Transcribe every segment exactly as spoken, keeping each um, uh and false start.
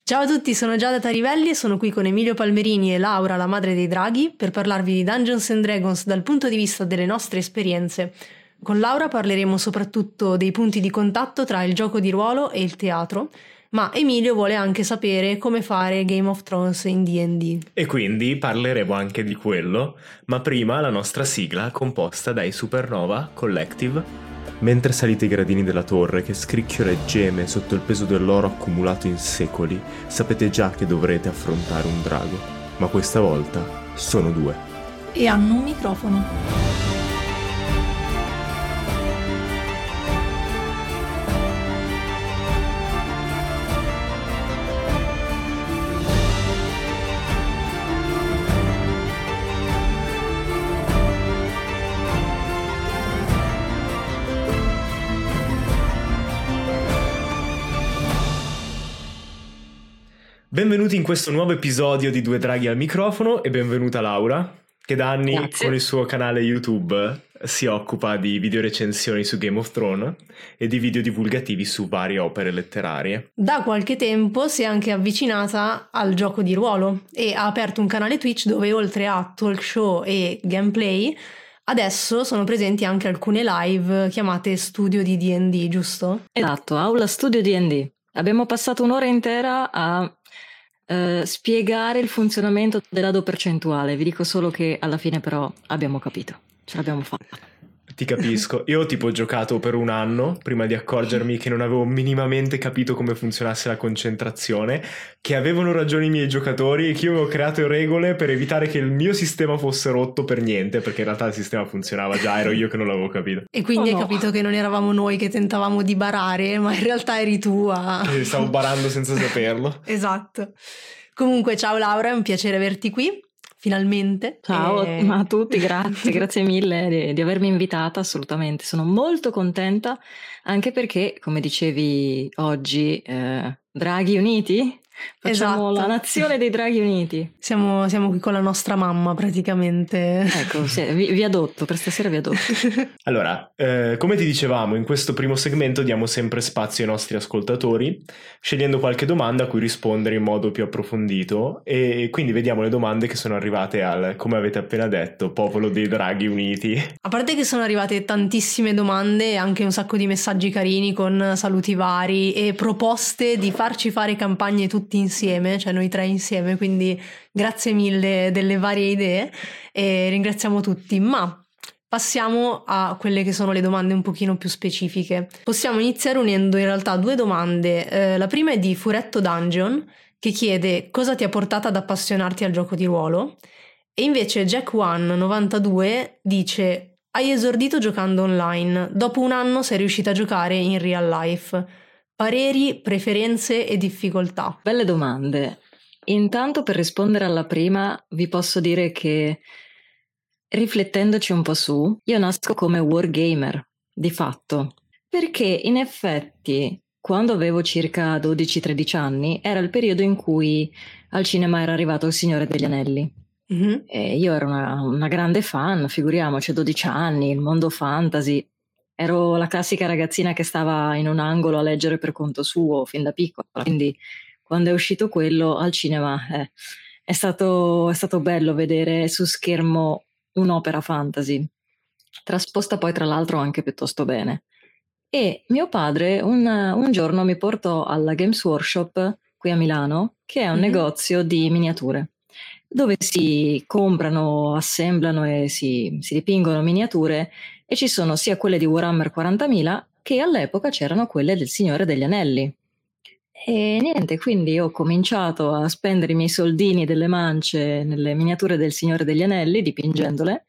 Ciao a tutti, sono Giada Tarivelli e sono qui con Emilio Palmerini e Laura, la madre dei draghi, per parlarvi di Dungeons and Dragons dal punto di vista delle nostre esperienze. Con Laura parleremo soprattutto dei punti di contatto tra il gioco di ruolo e il teatro, ma Emilio vuole anche sapere come fare Game of Thrones in D and D. E quindi parleremo anche di quello, ma prima la nostra sigla composta dai Supernova Collective. Mentre salite i gradini della torre che scricchiola e geme sotto il peso dell'oro accumulato in secoli, sapete già che dovrete affrontare un drago, ma questa volta sono due. E hanno un microfono. Benvenuti in questo nuovo episodio di Due Draghi al microfono e benvenuta Laura, che da anni Grazie. Con il suo canale YouTube si occupa di video recensioni su Game of Thrones e di video divulgativi su varie opere letterarie. Da qualche tempo si è anche avvicinata al gioco di ruolo e ha aperto un canale Twitch dove oltre a talk show e gameplay adesso sono presenti anche alcune live chiamate Studio di D and D, giusto? Esatto, Aula Studio D and D. Abbiamo passato un'ora intera a Uh, spiegare il funzionamento del dado percentuale. Vi dico solo che alla fine però abbiamo capito, ce l'abbiamo fatta. Ti capisco, io tipo ho giocato per un anno prima di accorgermi che non avevo minimamente capito come funzionasse la concentrazione, che avevano ragione i miei giocatori e che io avevo creato regole per evitare che il mio sistema fosse rotto per niente, perché in realtà il sistema funzionava già, ero io che non l'avevo capito. E quindi Oh hai no. capito che non eravamo noi che tentavamo di barare, ma in realtà eri tu a... E stavo barando senza saperlo. Esatto. Comunque ciao Laura, è un piacere averti qui. Finalmente. Ciao e... a tutti, grazie, grazie mille di, di avermi invitata, assolutamente. Sono molto contenta, anche perché, come dicevi oggi, eh, Draghi Uniti? Facciamo Esatto. la nazione dei Draghi Uniti. Siamo, siamo qui con la nostra mamma praticamente. Ecco, sì, vi, vi adotto, per stasera vi adotto. Allora, eh, come ti dicevamo, in questo primo segmento diamo sempre spazio ai nostri ascoltatori, scegliendo qualche domanda a cui rispondere in modo più approfondito, e quindi vediamo le domande che sono arrivate al, come avete appena detto, popolo dei Draghi Uniti. A parte che sono arrivate tantissime domande e anche un sacco di messaggi carini con saluti vari e proposte di farci fare campagne tutti insieme, cioè noi tre insieme, quindi grazie mille delle varie idee e ringraziamo tutti, ma passiamo a quelle che sono le domande un pochino più specifiche. Possiamo iniziare unendo in realtà due domande. Eh, la prima è di Furetto Dungeon, che chiede cosa ti ha portato ad appassionarti al gioco di ruolo, e invece Jack One novantadue dice hai esordito giocando online, dopo un anno sei riuscita a giocare in real life. Pareri, preferenze e difficoltà. Belle domande. Intanto, per rispondere alla prima, vi posso dire che, riflettendoci un po' su, io nasco come wargamer, di fatto, perché in effetti quando avevo circa dodici tredici anni era il periodo in cui al cinema era arrivato Il Signore degli Anelli. Mm-hmm. E io ero una, una grande fan, figuriamoci, dodici anni, il mondo fantasy. Ero la classica ragazzina che stava in un angolo a leggere per conto suo fin da piccola, quindi quando è uscito quello al cinema eh, è, stato, è stato bello vedere su schermo un'opera fantasy, trasposta poi tra l'altro anche piuttosto bene. E mio padre un, un giorno mi portò alla Games Workshop qui a Milano, che è un Mm-hmm. negozio di miniature, dove si comprano, assemblano e si, si dipingono miniature, e ci sono sia quelle di Warhammer quarantamila che all'epoca c'erano quelle del Signore degli Anelli. E niente, quindi ho cominciato a spendere i miei soldini delle mance nelle miniature del Signore degli Anelli, dipingendole,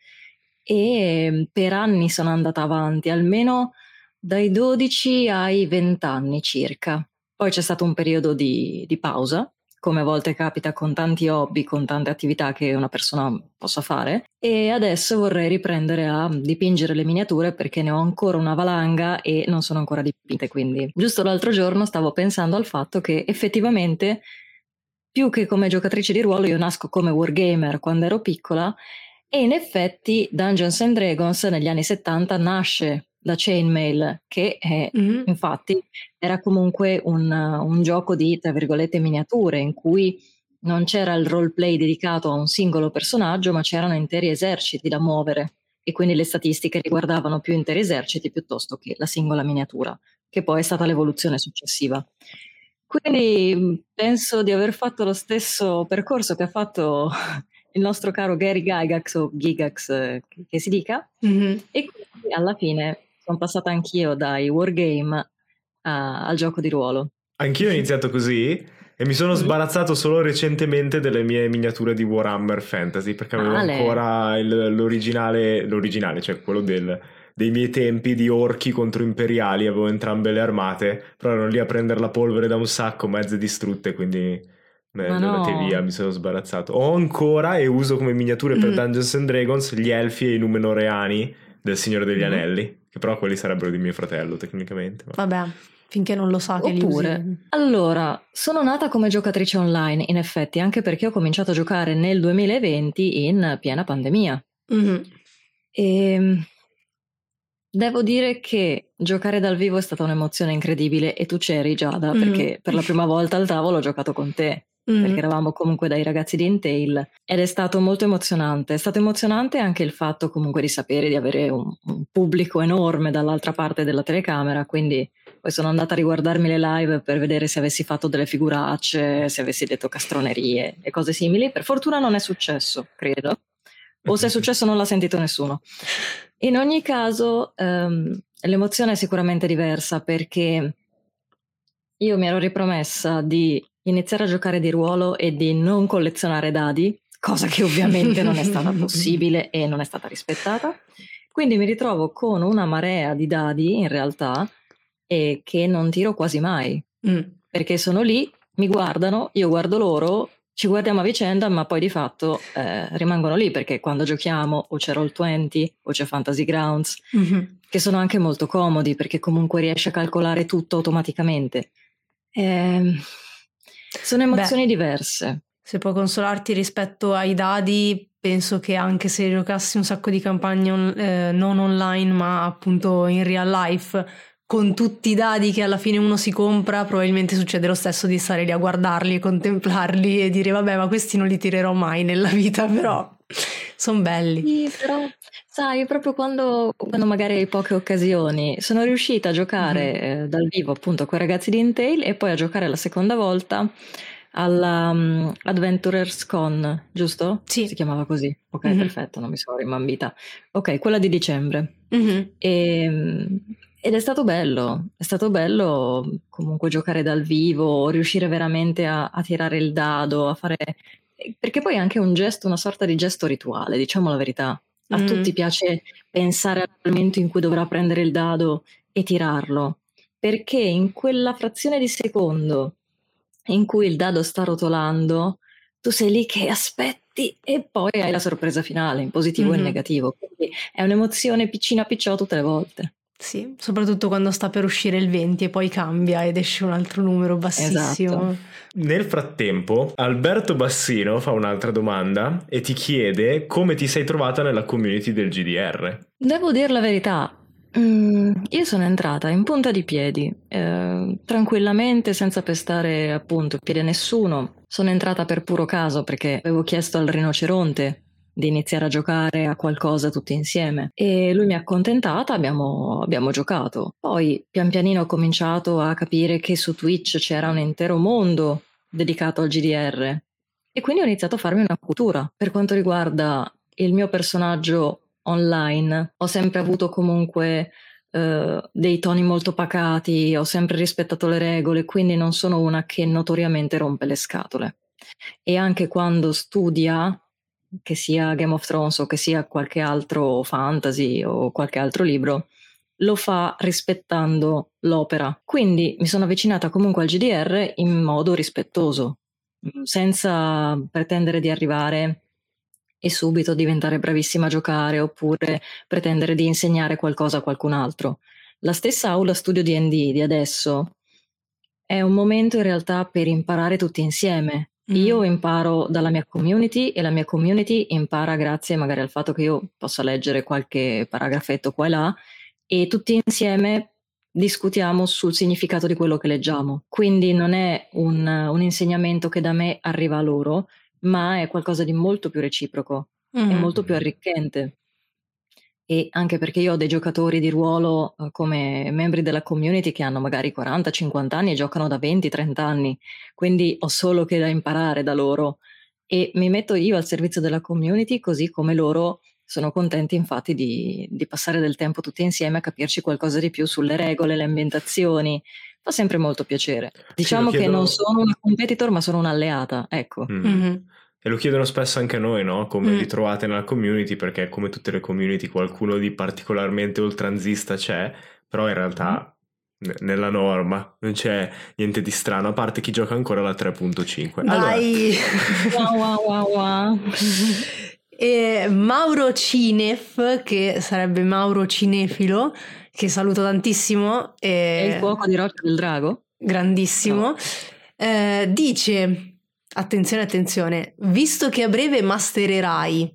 e per anni sono andata avanti, almeno dai dodici ai venti anni circa. Poi c'è stato un periodo di, di pausa, come a volte capita con tanti hobby, con tante attività che una persona possa fare, e adesso vorrei riprendere a dipingere le miniature perché ne ho ancora una valanga e non sono ancora dipinte. Quindi giusto l'altro giorno stavo pensando al fatto che effettivamente, più che come giocatrice di ruolo, io nasco come wargamer quando ero piccola, e in effetti Dungeons and Dragons negli anni settanta nasce da Chainmail, che è, Mhm. infatti era comunque un, un gioco di, tra virgolette, miniature, in cui non c'era il roleplay dedicato a un singolo personaggio, ma c'erano interi eserciti da muovere, e quindi le statistiche riguardavano più interi eserciti piuttosto che la singola miniatura, che poi è stata l'evoluzione successiva. Quindi mh, penso di aver fatto lo stesso percorso che ha fatto il nostro caro Gary Gygax o Gigax, eh, che, che si dica, Mhm. e quindi alla fine sono passata anch'io dai wargame a- al gioco di ruolo. Anch'io ho iniziato così e mi sono Mm. sbarazzato solo recentemente delle mie miniature di Warhammer Fantasy, perché avevo Male. ancora il- l'originale, l'originale, cioè quello del- dei miei tempi di orchi contro imperiali, avevo entrambe le armate, però erano lì a prendere la polvere da un sacco, mezze distrutte, quindi me Ma le ho date no. via, mi sono sbarazzato. Ho ancora e uso come miniature per Mm. Dungeons and Dragons gli elfi e i numenoreani del Signore degli Mhm. Anelli, che però quelli sarebbero di mio fratello tecnicamente. ma- Vabbè, finché non lo sa che li Oppure, usi. allora, sono nata come giocatrice online, in effetti, anche perché ho cominciato a giocare nel duemilaventi in piena pandemia. Mhm. E devo dire che giocare dal vivo è stata un'emozione incredibile, e tu c'eri, Giada, Mhm. perché per la prima volta al tavolo ho giocato con te, Mhm. perché eravamo comunque dai ragazzi di Entail, ed è stato molto emozionante. È stato emozionante anche il fatto comunque di sapere di avere un, un pubblico enorme dall'altra parte della telecamera, quindi poi sono andata a riguardarmi le live per vedere se avessi fatto delle figuracce, se avessi detto castronerie e cose simili. Per fortuna non è successo, credo, o se è successo non l'ha sentito nessuno. In ogni caso, ehm, l'emozione è sicuramente diversa, perché io mi ero ripromessa di iniziare a giocare di ruolo e di non collezionare dadi, cosa che ovviamente non è stata possibile e non è stata rispettata. Quindi mi ritrovo con una marea di dadi, in realtà, e che non tiro quasi mai, Mm. perché sono lì, mi guardano, io guardo loro, ci guardiamo a vicenda, ma poi di fatto eh, rimangono lì, perché quando giochiamo o c'è Roll venti o c'è Fantasy Grounds, Mhm. che sono anche molto comodi perché comunque riesci a calcolare tutto automaticamente. Ehm, sono emozioni Beh, diverse. se può consolarti rispetto ai dadi, penso che anche se giocassi un sacco di campagne on- eh, non online, ma appunto in real life, con tutti i dadi che alla fine uno si compra, probabilmente succede lo stesso di stare lì a guardarli e contemplarli e dire vabbè, ma questi non li tirerò mai nella vita, però sono belli. Sì, però sai, proprio quando, quando magari hai poche occasioni, sono riuscita a giocare Mhm. eh, dal vivo appunto con i ragazzi di Entail, e poi a giocare la seconda volta alla um, Adventurers Con, giusto? Si Sì. chiamava così. Ok, Mhm. perfetto, non mi sono rimambita. Ok, quella di dicembre. Mhm. E, ed è stato bello, è stato bello comunque giocare dal vivo, riuscire veramente a, a tirare il dado, a fare... Perché poi è anche un gesto, una sorta di gesto rituale, diciamo la verità. A tutti Mhm. piace pensare al momento in cui dovrà prendere il dado e tirarlo, perché in quella frazione di secondo in cui il dado sta rotolando, tu sei lì che aspetti e poi hai la sorpresa finale, in positivo e in Mhm. negativo. Quindi è un'emozione piccina picciò tutte le volte. Sì, soprattutto quando sta per uscire il venti e poi cambia ed esce un altro numero bassissimo. Esatto. Nel frattempo, Alberto Bassino fa un'altra domanda e ti chiede come ti sei trovata nella community del G D R. Devo dire la verità, mm, io sono entrata in punta di piedi, eh, tranquillamente, senza pestare appunto piede a nessuno. Sono entrata per puro caso perché avevo chiesto al rinoceronte di iniziare a giocare a qualcosa tutti insieme, e lui mi ha accontentata, abbiamo, abbiamo giocato. Poi pian pianino ho cominciato a capire che su Twitch c'era un intero mondo dedicato al G D R, e quindi ho iniziato a farmi una cultura. Per quanto riguarda il mio personaggio online, ho sempre avuto comunque eh, dei toni molto pacati, ho sempre rispettato le regole, quindi non sono una che notoriamente rompe le scatole. E anche quando studia, che sia Game of Thrones o che sia qualche altro fantasy o qualche altro libro, lo fa rispettando l'opera. Quindi mi sono avvicinata comunque al G D R in modo rispettoso, senza pretendere di arrivare e subito diventare bravissima a giocare, oppure pretendere di insegnare qualcosa a qualcun altro. La stessa aula studio D and D di adesso è un momento in realtà per imparare tutti insieme. Io Mhm. imparo dalla mia community e la mia community impara grazie magari al fatto che io possa leggere qualche paragrafetto qua e là, e tutti insieme discutiamo sul significato di quello che leggiamo. Quindi non è un, un insegnamento che da me arriva a loro, ma è qualcosa di molto più reciproco Mm. e molto più arricchente. E anche perché io ho dei giocatori di ruolo eh, come membri della community che hanno magari quaranta cinquanta anni e giocano da venti trenta anni, quindi ho solo che da imparare da loro e mi metto io al servizio della community, così come loro sono contenti infatti di, di passare del tempo tutti insieme a capirci qualcosa di più sulle regole, le ambientazioni. Fa sempre molto piacere. Diciamo chiedo- che non sono una competitor, ma sono un'alleata, ecco. Mm. Mhm. E lo chiedono spesso anche a noi, no? Come Mm. li trovate nella community, perché come tutte le community qualcuno di particolarmente oltranzista c'è, però in realtà n- nella norma non c'è niente di strano, a parte chi gioca ancora la tre punto cinque. Allora, Dai. Wow, wow, wow, wow. E Mauro Cinef, che sarebbe Mauro Cinefilo, che saluto tantissimo, È il e... fuoco di Roccia del Drago? grandissimo, eh, dice, attenzione, attenzione, visto che a breve mastererai,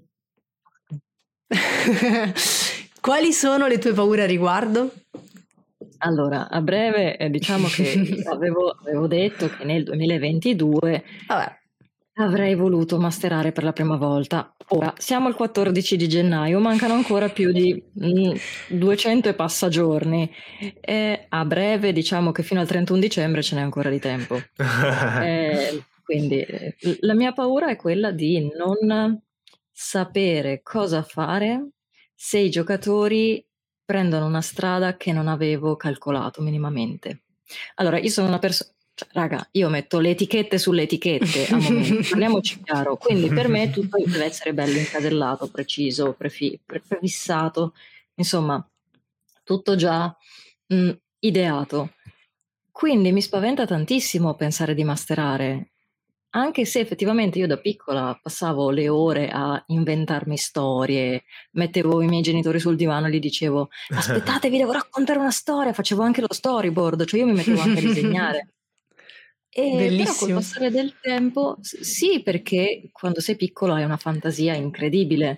quali sono le tue paure a riguardo? Allora, a breve eh, diciamo che avevo, avevo detto che nel duemilaventidue Vabbè, avrei voluto masterare per la prima volta. Ora, siamo il quattordici di gennaio, mancano ancora più di mm, duecento e passa giorni. E a breve diciamo che fino al trentuno dicembre ce n'è ancora di tempo. Eh, quindi eh, la mia paura è quella di non sapere cosa fare se i giocatori prendono una strada che non avevo calcolato minimamente. Allora, io sono una persona, cioè, raga, io metto le etichette sulle etichette a momento, parliamoci chiaro, quindi per me tutto deve essere bello incasellato, preciso, prefi- pre- prefissato, insomma, tutto già mh, ideato. Quindi mi spaventa tantissimo pensare di masterare, anche se effettivamente io da piccola passavo le ore a inventarmi storie, mettevo i miei genitori sul divano e gli dicevo aspettate, vi devo raccontare una storia, facevo anche lo storyboard, cioè io mi mettevo anche a disegnare. E però col bellissimo. passare del tempo, s- sì, perché quando sei piccolo hai una fantasia incredibile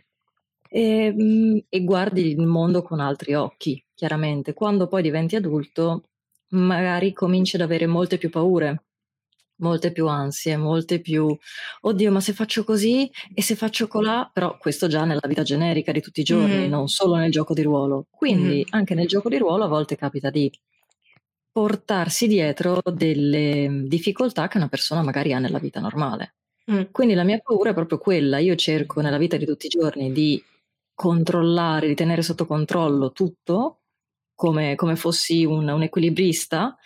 e, mm, e guardi il mondo con altri occhi, chiaramente. Quando poi diventi adulto, magari cominci ad avere molte più paure, molte più ansie, molte più oddio, ma se faccio così e se faccio colà, però questo già nella vita generica di tutti i giorni, Mhm. non solo nel gioco di ruolo. Quindi Mhm. anche nel gioco di ruolo a volte capita di portarsi dietro delle difficoltà che una persona magari ha nella vita normale. Mm. Quindi la mia paura è proprio quella, io cerco nella vita di tutti i giorni di controllare, di tenere sotto controllo tutto, come, come fossi un, un equilibrista,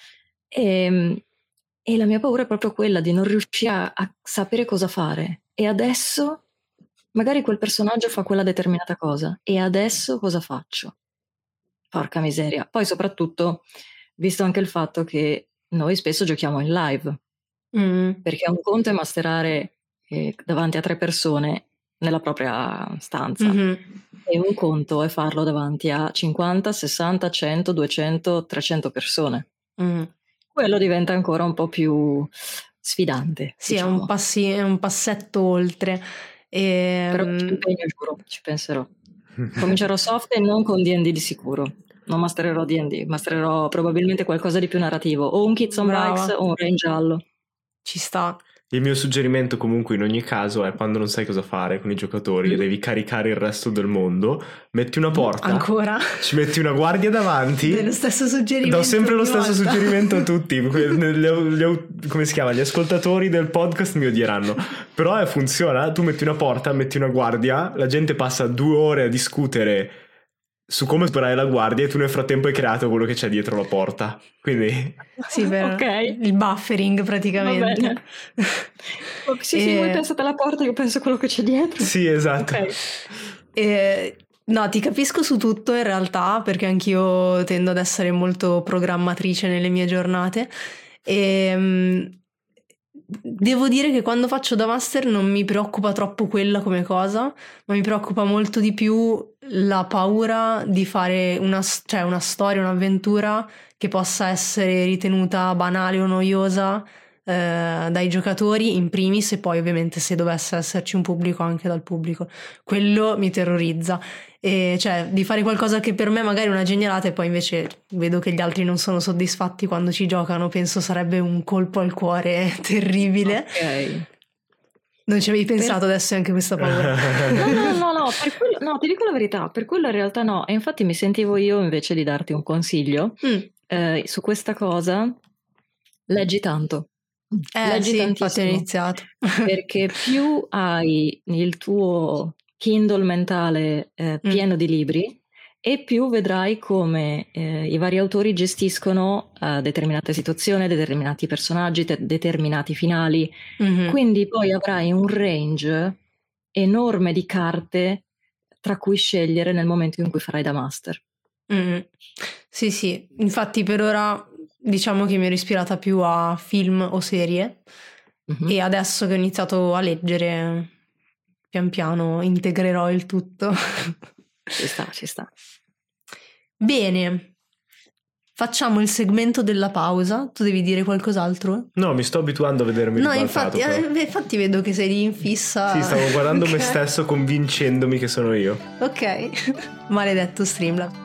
e, e la mia paura è proprio quella di non riuscire a, a sapere cosa fare. E adesso, magari quel personaggio fa quella determinata cosa, e adesso cosa faccio? Porca miseria. Poi soprattutto, visto anche il fatto che noi spesso giochiamo in live, Mm. perché un conto è masterare eh, davanti a tre persone nella propria stanza Mhm. e un conto è farlo davanti a cinquanta, sessanta, cento, duecento, trecento persone. Mm. Quello diventa ancora un po' più sfidante, Sì, è diciamo. un, passi- è un passetto oltre. E, Però mm, ci impegno, giuro, ci penserò. Comincerò soft e non con D and D di sicuro. Non mastererò D and D, mastererò probabilmente qualcosa di più narrativo, o un Kids on Brava. Bikes o un Re in giallo. ci sta. Il mio suggerimento comunque in ogni caso è quando non sai cosa fare con i giocatori e Mm. devi caricare il resto del mondo, metti una porta, Ancora? ci metti una guardia davanti. Dello stesso suggerimento. Do sempre lo ogni stesso volta. suggerimento a tutti. Que- gli au- gli au- come si chiama? Gli ascoltatori del podcast mi odieranno. Però eh, funziona. Tu metti una porta, metti una guardia, la gente passa due ore a discutere su come sparare la guardia e tu nel frattempo hai creato quello che c'è dietro la porta. Quindi Sì, vero. Ok. Il buffering praticamente. Va bene. Sì, sì, E- voi pensate alla porta, io penso a quello che c'è dietro. sì, esatto. Ok. E, no, ti capisco su tutto in realtà, perché anch'io tendo ad essere molto programmatrice nelle mie giornate. E mm, devo dire che quando faccio da master non mi preoccupa troppo quella come cosa, ma mi preoccupa molto di più la paura di fare una, s- cioè una storia, un'avventura che possa essere ritenuta banale o noiosa eh, dai giocatori in primis, e poi ovviamente se dovesse esserci un pubblico anche dal pubblico. Quello mi terrorizza, e cioè di fare qualcosa che per me magari è una genialata e poi invece vedo che gli altri non sono soddisfatti quando ci giocano, penso sarebbe un colpo al cuore terribile. Ok. Non ci avevi pensato, Per- adesso è anche questa paura. No, no, no, no, per quello, no, ti dico la verità, per quello in realtà no. E infatti mi sentivo io invece di darti un consiglio Mm. eh, su questa cosa. Leggi tanto, Eh leggi sì, infatti ho tantissimo, iniziato. perché più hai il tuo Kindle mentale eh, Mm. pieno di libri e più vedrai come eh, i vari autori gestiscono eh, determinate situazioni, determinati personaggi, te- determinati finali. Mhm. Quindi poi avrai un range enorme di carte tra cui scegliere nel momento in cui farai da master. Mm. Sì, sì, infatti per ora diciamo che mi ero ispirata più a film o serie, Mhm. e adesso che ho iniziato a leggere, pian piano integrerò il tutto. Ci sta, ci sta. Bene, facciamo il segmento della pausa. Tu devi dire qualcos'altro? No, mi sto abituando a vedermi No, ribaltato. infatti, però. eh, infatti vedo che sei lì in fissa. Sì, stavo guardando me Ok. stesso convincendomi che sono io. Ok, maledetto Streamlabs.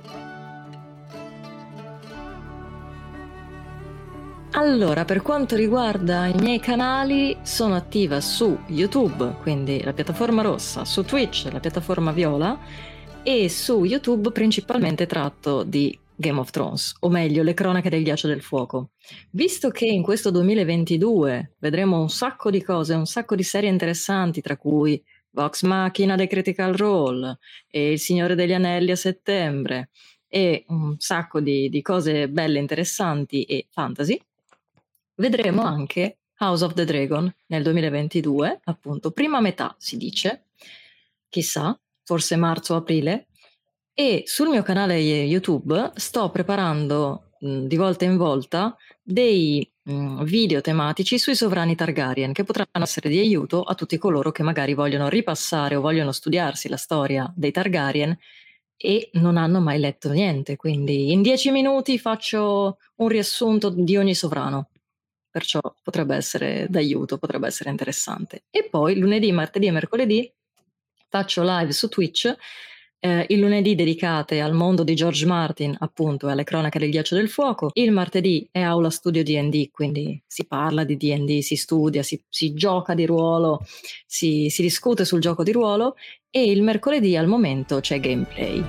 Allora, per quanto riguarda i miei canali, sono attiva su YouTube, quindi la piattaforma rossa, su Twitch, la piattaforma viola, e su YouTube principalmente tratto di Game of Thrones, o meglio, le cronache del ghiaccio del fuoco. Visto che in questo duemilaventidue vedremo un sacco di cose, un sacco di serie interessanti, tra cui Vox Machina The Critical Role e Il Signore degli Anelli a settembre, e un sacco di, di cose belle, interessanti e fantasy, vedremo anche House of the Dragon nel duemilaventidue, appunto, prima metà si dice, chissà, forse marzo o aprile, e sul mio canale YouTube sto preparando mh, di volta in volta dei mh, video tematici sui sovrani Targaryen che potranno essere di aiuto a tutti coloro che magari vogliono ripassare o vogliono studiarsi la storia dei Targaryen e non hanno mai letto niente, quindi in dieci minuti faccio un riassunto di ogni sovrano. Perciò potrebbe essere d'aiuto, potrebbe essere interessante. E poi lunedì, martedì e mercoledì faccio live su Twitch, eh, il lunedì dedicate al mondo di George Martin, appunto, e alle cronache del ghiaccio del fuoco. Il martedì è aula studio D and D, quindi si parla di D and D, si studia, si, si gioca di ruolo, si, si discute sul gioco di ruolo, e il mercoledì al momento c'è gameplay.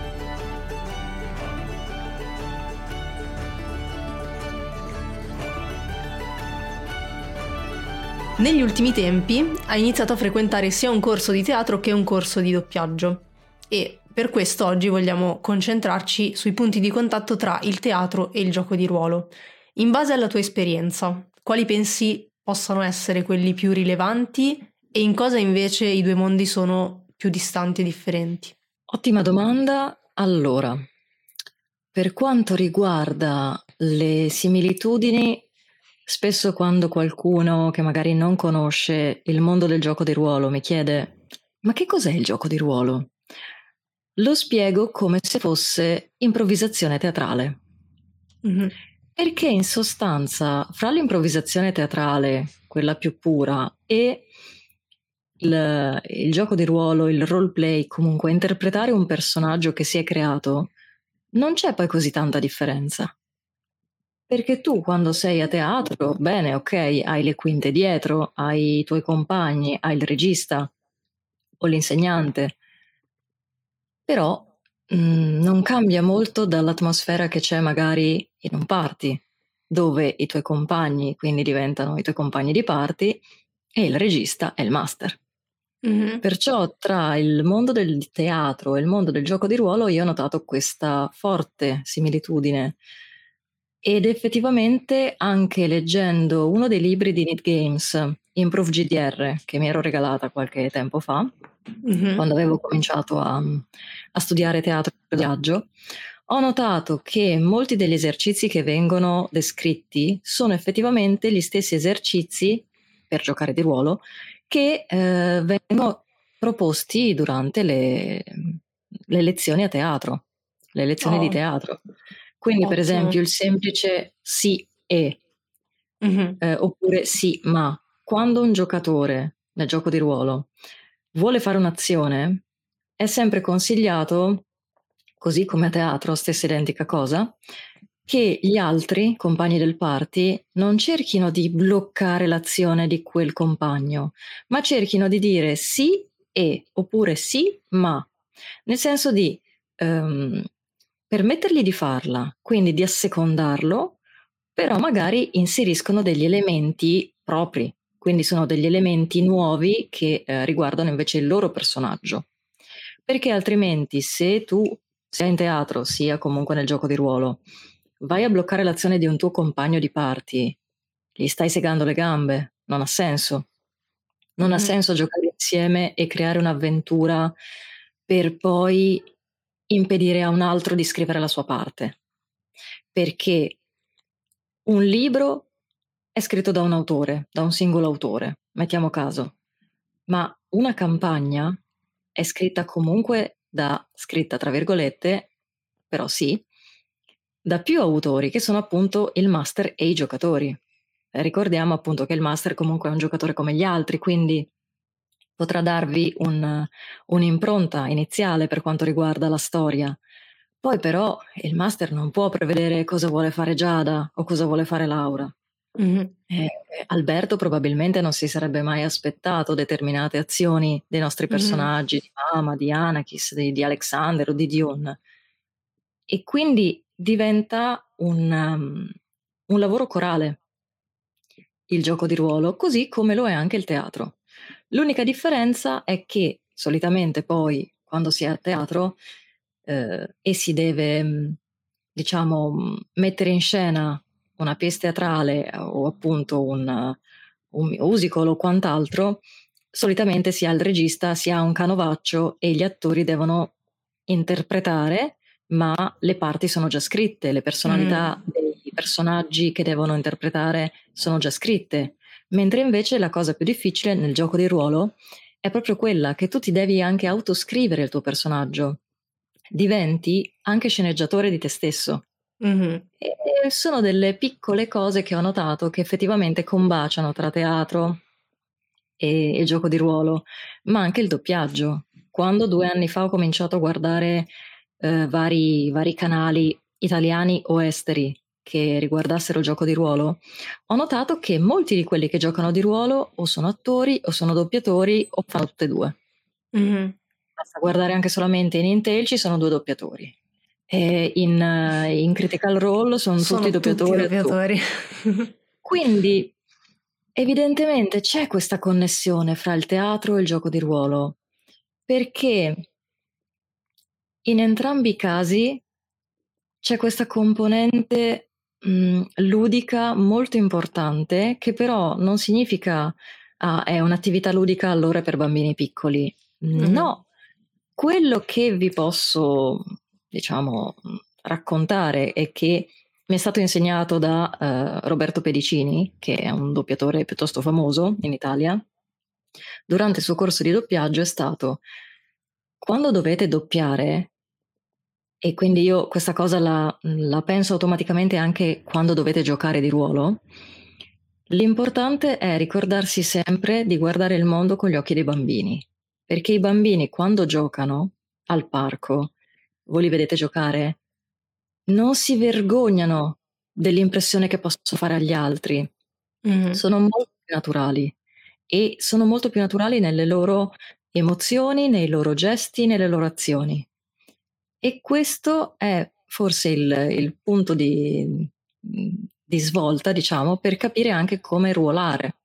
Negli ultimi tempi hai iniziato a frequentare sia un corso di teatro che un corso di doppiaggio, e per questo oggi vogliamo concentrarci sui punti di contatto tra il teatro e il gioco di ruolo. In base alla tua esperienza, quali pensi possano essere quelli più rilevanti e in cosa invece i due mondi sono più distanti e differenti? Ottima domanda. Allora, per quanto riguarda le similitudini, spesso quando qualcuno che magari non conosce il mondo del gioco di ruolo mi chiede: ma che cos'è il gioco di ruolo? Lo spiego come se fosse improvvisazione teatrale. Mhm. Perché in sostanza, fra l'improvvisazione teatrale, quella più pura, e il, il gioco di ruolo, il roleplay, comunque interpretare un personaggio che si è creato, non c'è poi così tanta differenza. Perché tu quando sei a teatro, bene, ok, hai le quinte dietro, hai i tuoi compagni, hai il regista o l'insegnante, però mh, non cambia molto dall'atmosfera che c'è magari in un party, dove i tuoi compagni quindi diventano i tuoi compagni di party e il regista è il master. Mhm. Perciò tra il mondo del teatro e il mondo del gioco di ruolo io ho notato questa forte similitudine. Ed effettivamente anche leggendo uno dei libri di Neat Games, Improve G D R, che mi ero regalata qualche tempo fa, Mhm. quando avevo cominciato a, a studiare teatro e viaggio, ho notato che molti degli esercizi che vengono descritti sono effettivamente gli stessi esercizi per giocare di ruolo che eh, vengono proposti durante le, le lezioni a teatro, le lezioni Oh, di teatro. Quindi, per ottimo. esempio, il semplice sì e Mhm. Eh, oppure sì, ma quando un giocatore nel gioco di ruolo vuole fare un'azione, è sempre consigliato, così come a teatro, stessa identica cosa, che gli altri compagni del party non cerchino di bloccare l'azione di quel compagno, ma cerchino di dire sì e, oppure sì, ma, nel senso di ehm, permettergli di farla, quindi di assecondarlo, però magari inseriscono degli elementi propri, quindi sono degli elementi nuovi che eh, riguardano invece il loro personaggio. Perché altrimenti se tu, sia in teatro sia comunque nel gioco di ruolo, vai a bloccare l'azione di un tuo compagno di party, gli stai segando le gambe, non ha senso. Non ha Mhm. senso giocare insieme e creare un'avventura per poi impedire a un altro di scrivere la sua parte. Perché un libro è scritto da un autore, da un singolo autore, mettiamo caso, ma una campagna è scritta comunque da, scritta tra virgolette, però sì, da più autori che sono appunto il master e i giocatori. Eh, Ricordiamo appunto che il master comunque è un giocatore come gli altri, quindi potrà darvi un- un'impronta iniziale per quanto riguarda la storia. Poi però il master non può prevedere cosa vuole fare Giada o cosa vuole fare Laura. Mhm. Eh, Alberto probabilmente non si sarebbe mai aspettato determinate azioni dei nostri Mhm. personaggi, di Mama, di Anakis, di, di Alexander o di Dion. E quindi diventa un, um, un lavoro corale il gioco di ruolo, così come lo è anche il teatro. L'unica differenza è che solitamente poi, quando si è a teatro eh, e si deve, mh, diciamo, mh, mettere in scena una pièce teatrale o appunto un, un musical o quant'altro, solitamente si ha il regista, si ha un canovaccio e gli attori devono interpretare, ma le parti sono già scritte, le Mhm. personalità dei personaggi che devono interpretare sono già scritte, mentre invece la cosa più difficile nel gioco di ruolo è proprio quella che tu ti devi anche autoscrivere il tuo personaggio, diventi anche sceneggiatore di te stesso. Mhm. E sono delle piccole cose che ho notato che effettivamente combaciano tra teatro e, e gioco di ruolo, ma anche il doppiaggio. Quando due anni fa ho cominciato a guardare eh, vari, vari canali italiani o esteri che riguardassero il gioco di ruolo, ho notato che molti di quelli che giocano di ruolo o sono attori o sono doppiatori o fanno tutte e due. Mhm. Basta guardare anche solamente in Intel ci sono due doppiatori. E in, eh, in Critical Role sono tutti Sono tutti doppiatori attori. doppiatori. Quindi evidentemente c'è questa connessione fra il teatro e il gioco di ruolo, perché in entrambi i casi c'è questa componente mh, ludica molto importante, che però non significa ah, è un'attività ludica allora è per bambini piccoli. Mhm. No, quello che vi posso, diciamo, mh, raccontare e che mi è stato insegnato da eh, Roberto Pedicini, che è un doppiatore piuttosto famoso in Italia, durante il suo corso di doppiaggio è stato: quando dovete doppiare, e quindi io questa cosa la, la penso automaticamente anche quando dovete giocare di ruolo, l'importante è ricordarsi sempre di guardare il mondo con gli occhi dei bambini, perché i bambini quando giocano al parco, voi li vedete giocare, non si vergognano dell'impressione che possono fare agli altri, Mhm. sono molto più naturali e sono molto più naturali nelle loro emozioni, nei loro gesti, nelle loro azioni. E questo è forse il, il punto di, di svolta, diciamo, per capire anche come ruolare,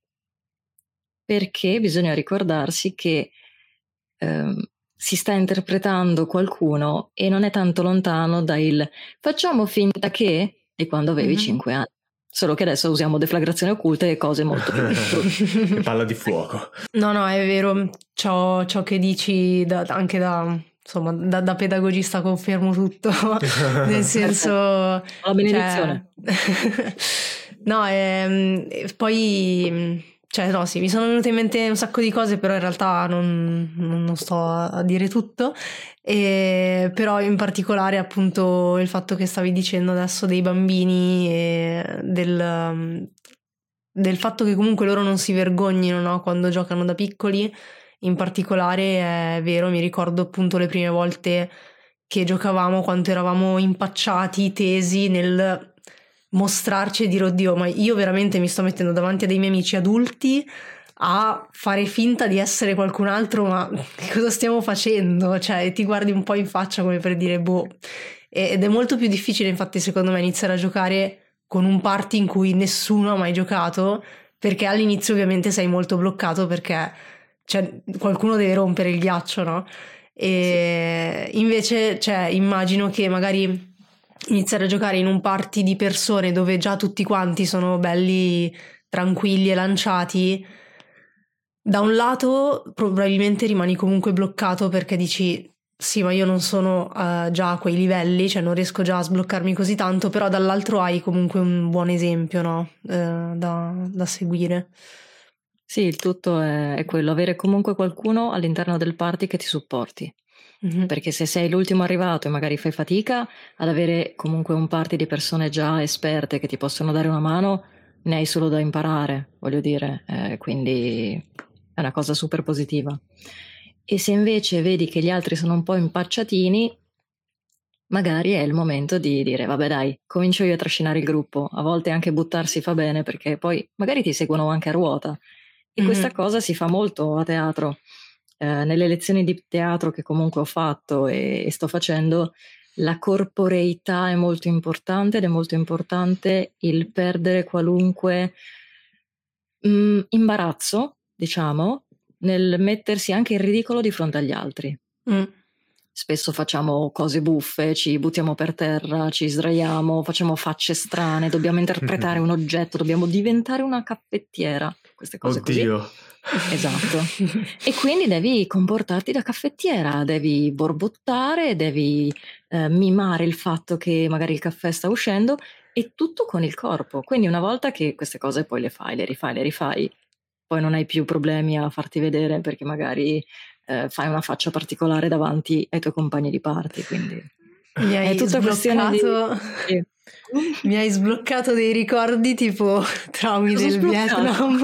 perché bisogna ricordarsi che ehm, si sta interpretando qualcuno e non è tanto lontano da il facciamo finta che di quando avevi Mhm. cinque anni. Solo che adesso usiamo deflagrazione occulta e cose molto più brutte. E palla di fuoco. No, no, è vero, ciò, ciò che dici da- anche da, insomma, da, da pedagogista confermo tutto, nel senso, Perfetto. La cioè, benedizione. no, ehm, e poi, cioè, no, sì, mi sono venute in mente un sacco di cose, però in realtà non, non- non sto a dire tutto, e, però in particolare appunto il fatto che stavi dicendo adesso dei bambini e del del fatto che comunque loro non si vergognino, no? Quando giocano da piccoli, in particolare è vero, mi ricordo appunto le prime volte che giocavamo, quanto eravamo impacciati, tesi nel mostrarci e dire oddio, ma io veramente mi sto mettendo davanti a dei miei amici adulti a fare finta di essere qualcun altro, ma che cosa stiamo facendo? Cioè ti guardi un po' in faccia come per dire boh. Ed è molto più difficile infatti secondo me iniziare a giocare con un party in cui nessuno ha mai giocato, perché all'inizio ovviamente sei molto bloccato perché cioè, qualcuno deve rompere il ghiaccio, no? E sì. Invece cioè, immagino che magari iniziare a giocare in un party di persone dove già tutti quanti sono belli tranquilli e lanciati, da un lato probabilmente rimani comunque bloccato perché dici sì, ma io non sono uh, già a quei livelli, cioè non riesco già a sbloccarmi così tanto, però dall'altro hai comunque un buon esempio, no? Uh, da, da seguire. Sì, il tutto è, è quello, avere comunque qualcuno all'interno del party che ti supporti. Mm-hmm. Perché se sei l'ultimo arrivato e magari fai fatica ad avere comunque un party di persone già esperte che ti possono dare una mano, ne hai solo da imparare, voglio dire, eh, quindi è una cosa super positiva. E se invece vedi che gli altri sono un po' impacciatini, magari è il momento di dire vabbè dai, comincio io a trascinare il gruppo. A volte anche buttarsi fa bene perché poi magari ti seguono anche a ruota. E mm-hmm. questa cosa si fa molto a teatro. Eh, nelle lezioni di teatro che comunque ho fatto e, e sto facendo, la corporeità è molto importante ed è molto importante il perdere qualunque mh, imbarazzo, diciamo, nel mettersi anche in ridicolo di fronte agli altri. Mm. Spesso facciamo cose buffe, ci buttiamo per terra, ci sdraiamo, facciamo facce strane, dobbiamo interpretare un oggetto, dobbiamo diventare una caffettiera, queste cose Oddio. Così. Esatto. E quindi devi comportarti da caffettiera, devi borbottare, devi eh, mimare il fatto che magari il caffè sta uscendo, e tutto con il corpo. Quindi una volta che queste cose poi le fai, le rifai, le rifai, poi non hai più problemi a farti vedere perché magari eh, fai una faccia particolare davanti ai tuoi compagni di party, quindi mi hai è tutta questione di... Sì. Mi hai sbloccato dei ricordi tipo traumi del Vietnam,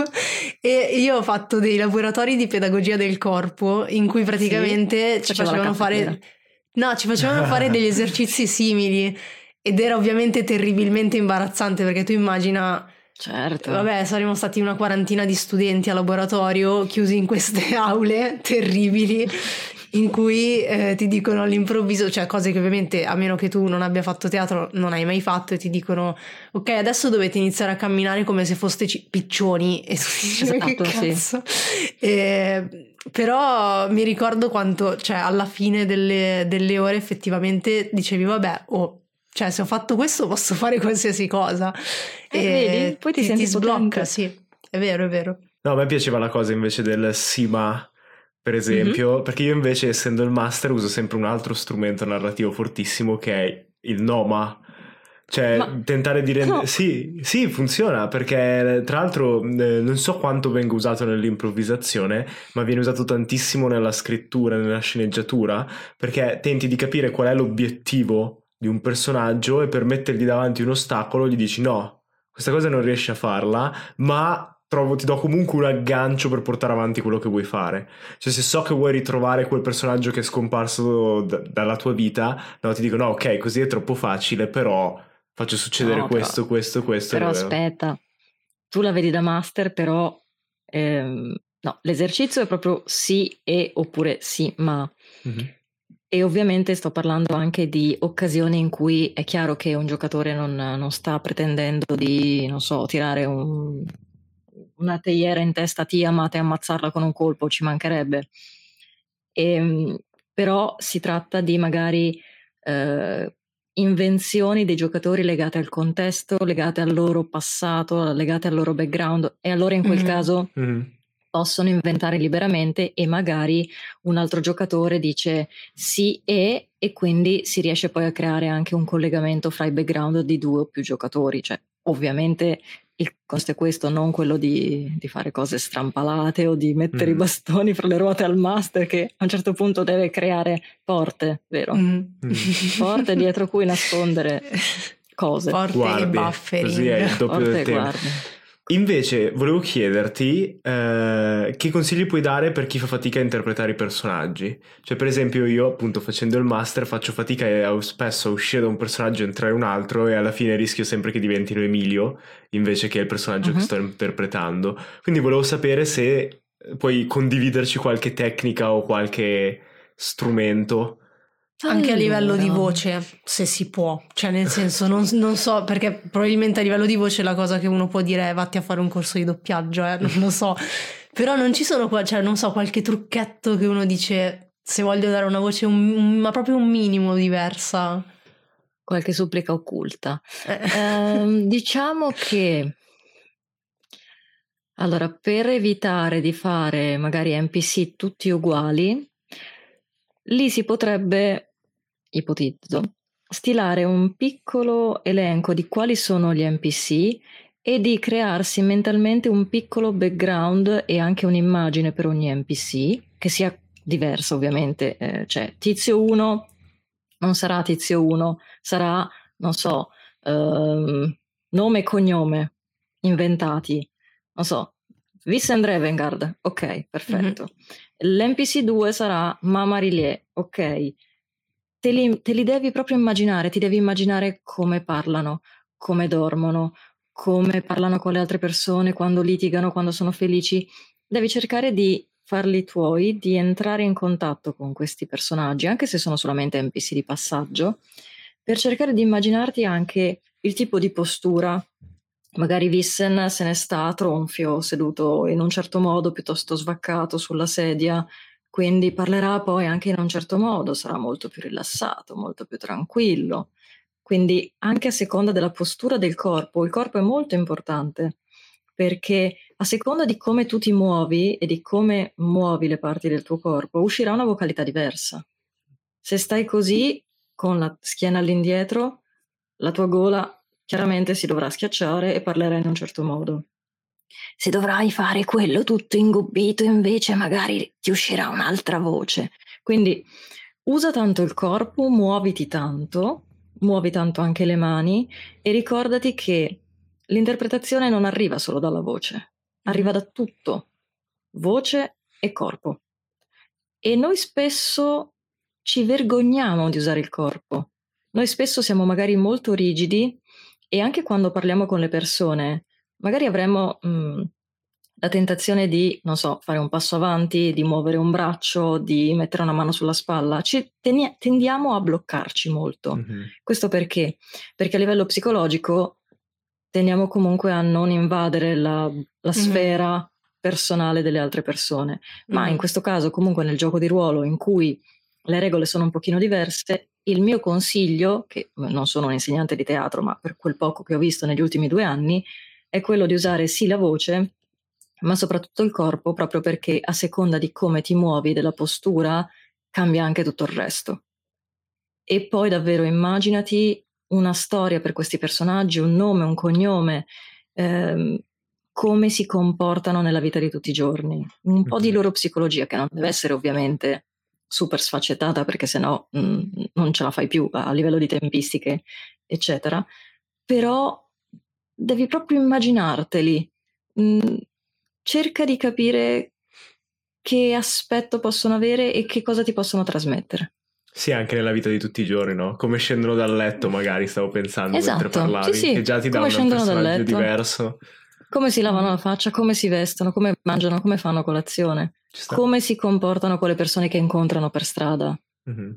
e io ho fatto dei laboratori di pedagogia del corpo in cui praticamente sì, ci facevano fare no, ci facevano fare degli esercizi simili ed era ovviamente terribilmente imbarazzante perché tu immagina. Certo. Vabbè, saremmo stati una quarantina di studenti a laboratorio chiusi in queste aule terribili in cui eh, ti dicono all'improvviso, cioè cose che ovviamente a meno che tu non abbia fatto teatro non hai mai fatto, e ti dicono ok, adesso dovete iniziare a camminare come se foste c- piccioni, e tu dici esatto, che cazzo sì. e, però mi ricordo quanto, cioè alla fine delle, delle ore effettivamente dicevi vabbè, oh, cioè se ho fatto questo posso fare qualsiasi cosa, eh, e vedi? Poi ti, ti, ti sblocca, sì, è vero, è vero. No, a me piaceva la cosa invece del sì ma, per esempio, mm-hmm. perché io invece essendo il master uso sempre un altro strumento narrativo fortissimo che è il no ma. Cioè ma... tentare di rendere... No. Sì, sì, funziona, perché tra l'altro eh, non so quanto venga usato nell'improvvisazione, ma viene usato tantissimo nella scrittura, nella sceneggiatura, perché tenti di capire qual è l'obiettivo di un personaggio e per mettergli davanti un ostacolo gli dici no, questa cosa non riesci a farla, ma trovo, ti do comunque un aggancio per portare avanti quello che vuoi fare. Cioè se so che vuoi ritrovare quel personaggio che è scomparso d- dalla tua vita, no, ti dico no, ok, così è troppo facile, però faccio succedere no, questo, però, questo, questo. Però aspetta, tu la vedi da master, però ehm, no, l'esercizio è proprio sì e oppure sì ma. Mm-hmm. E ovviamente sto parlando anche di occasioni in cui è chiaro che un giocatore non, non sta pretendendo di, non so, tirare un, una teiera in testa a Tiamat e ammazzarla con un colpo, ci mancherebbe. E, però si tratta di magari eh, invenzioni dei giocatori legate al contesto, legate al loro passato, legate al loro background, e allora in quel mm-hmm. caso... Mm-hmm. possono inventare liberamente e magari un altro giocatore dice sì e e quindi si riesce poi a creare anche un collegamento fra i background di due o più giocatori. Cioè ovviamente il costo è questo, non quello di, di fare cose strampalate o di mettere mm. i bastoni fra le ruote al master che a un certo punto deve creare porte, vero? Mm. Porte dietro cui nascondere cose. Porte guardi, e buffering. Così è il doppio porte del tempo. Invece volevo chiederti eh, che consigli puoi dare per chi fa fatica a interpretare i personaggi. Cioè, per esempio, io appunto facendo il master faccio fatica a, spesso a uscire da un personaggio e entrare in un altro, e alla fine rischio sempre che diventino Emilio invece che il personaggio uh-huh. che sto interpretando. Quindi volevo sapere se puoi condividerci qualche tecnica o qualche strumento. Anche Allora. a livello di voce, se si può, cioè nel senso non, non so, perché probabilmente a livello di voce la cosa che uno può dire è vatti a fare un corso di doppiaggio, eh, non lo so, però non ci sono, cioè non so, qualche trucchetto che uno dice se voglio dare una voce un, un, ma proprio un minimo diversa. Qualche supplica occulta. eh, diciamo che allora, per evitare di fare magari N P C tutti uguali, lì si potrebbe, ipotizzo, stilare un piccolo elenco di quali sono gli N P C e di crearsi mentalmente un piccolo background e anche un'immagine per ogni N P C, che sia diversa ovviamente. Eh, cioè, tizio uno non sarà tizio uno, sarà, non so, ehm, nome e cognome inventati. Non so, Vincent Revengard, ok, perfetto. Mm-hmm. L'N P C due sarà Mama Riley, ok. Te li, te li devi proprio immaginare, ti devi immaginare come parlano, come dormono, come parlano con le altre persone, quando litigano, quando sono felici. Devi cercare di farli tuoi, di entrare in contatto con questi personaggi, anche se sono solamente N P C di passaggio, per cercare di immaginarti anche il tipo di postura. Magari Vissen se ne sta tronfio, seduto in un certo modo, piuttosto svaccato sulla sedia, quindi parlerà poi anche in un certo modo, sarà molto più rilassato, molto più tranquillo. Quindi anche a seconda della postura del corpo, il corpo è molto importante, perché a seconda di come tu ti muovi e di come muovi le parti del tuo corpo, uscirà una vocalità diversa. Se stai così, con la schiena all'indietro, la tua gola chiaramente si dovrà schiacciare e parlerai in un certo modo. Se dovrai fare quello tutto ingobbito, invece magari ti uscirà un'altra voce. Quindi usa tanto il corpo, muoviti tanto, muovi tanto anche le mani e ricordati che l'interpretazione non arriva solo dalla voce, arriva da tutto, voce e corpo. E noi spesso ci vergogniamo di usare il corpo. Noi spesso siamo magari molto rigidi e anche quando parliamo con le persone magari avremo mh, la tentazione di, non so, fare un passo avanti, di muovere un braccio, di mettere una mano sulla spalla. Ci teni- tendiamo a bloccarci molto. Mm-hmm. Questo perché? Perché a livello psicologico tendiamo comunque a non invadere la, la mm-hmm. sfera personale delle altre persone. Ma mm-hmm. in questo caso, comunque nel gioco di ruolo in cui le regole sono un pochino diverse, il mio consiglio, che non sono un insegnante di teatro, ma per quel poco che ho visto negli ultimi due anni, è quello di usare sì la voce, ma soprattutto il corpo, proprio perché a seconda di come ti muovi, della postura, cambia anche tutto il resto. E poi davvero immaginati una storia per questi personaggi, un nome, un cognome, ehm, come si comportano nella vita di tutti i giorni, un po' di loro psicologia, che non deve essere ovviamente super sfaccettata, perché sennò mh, non ce la fai più a livello di tempistiche, eccetera, però devi proprio immaginarteli. Mh, cerca di capire che aspetto possono avere e che cosa ti possono trasmettere. Sì, anche nella vita di tutti i giorni, no? Come scendono dal letto, magari stavo pensando esatto, mentre parlavi, sì, sì. che già ti dà un personaggio diverso. Come si lavano la faccia, come si vestono, come mangiano, come fanno colazione, come si comportano con le persone che incontrano per strada. Mm-hmm.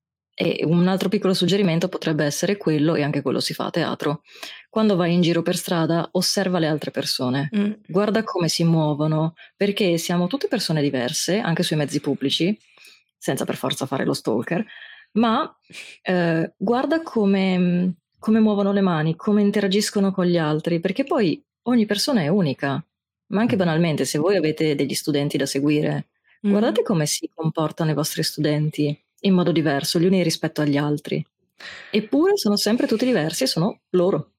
E un altro piccolo suggerimento potrebbe essere quello, e anche quello si fa a teatro. Quando vai in giro per strada, osserva le altre persone, mm. guarda come si muovono, perché siamo tutte persone diverse, anche sui mezzi pubblici, senza per forza fare lo stalker, ma eh, guarda come, come muovono le mani, come interagiscono con gli altri, perché poi ogni persona è unica. Ma anche banalmente, se voi avete degli studenti da seguire, mm. guardate come si comportano i vostri studenti in modo diverso, gli uni rispetto agli altri. Eppure sono sempre tutti diversi e sono loro.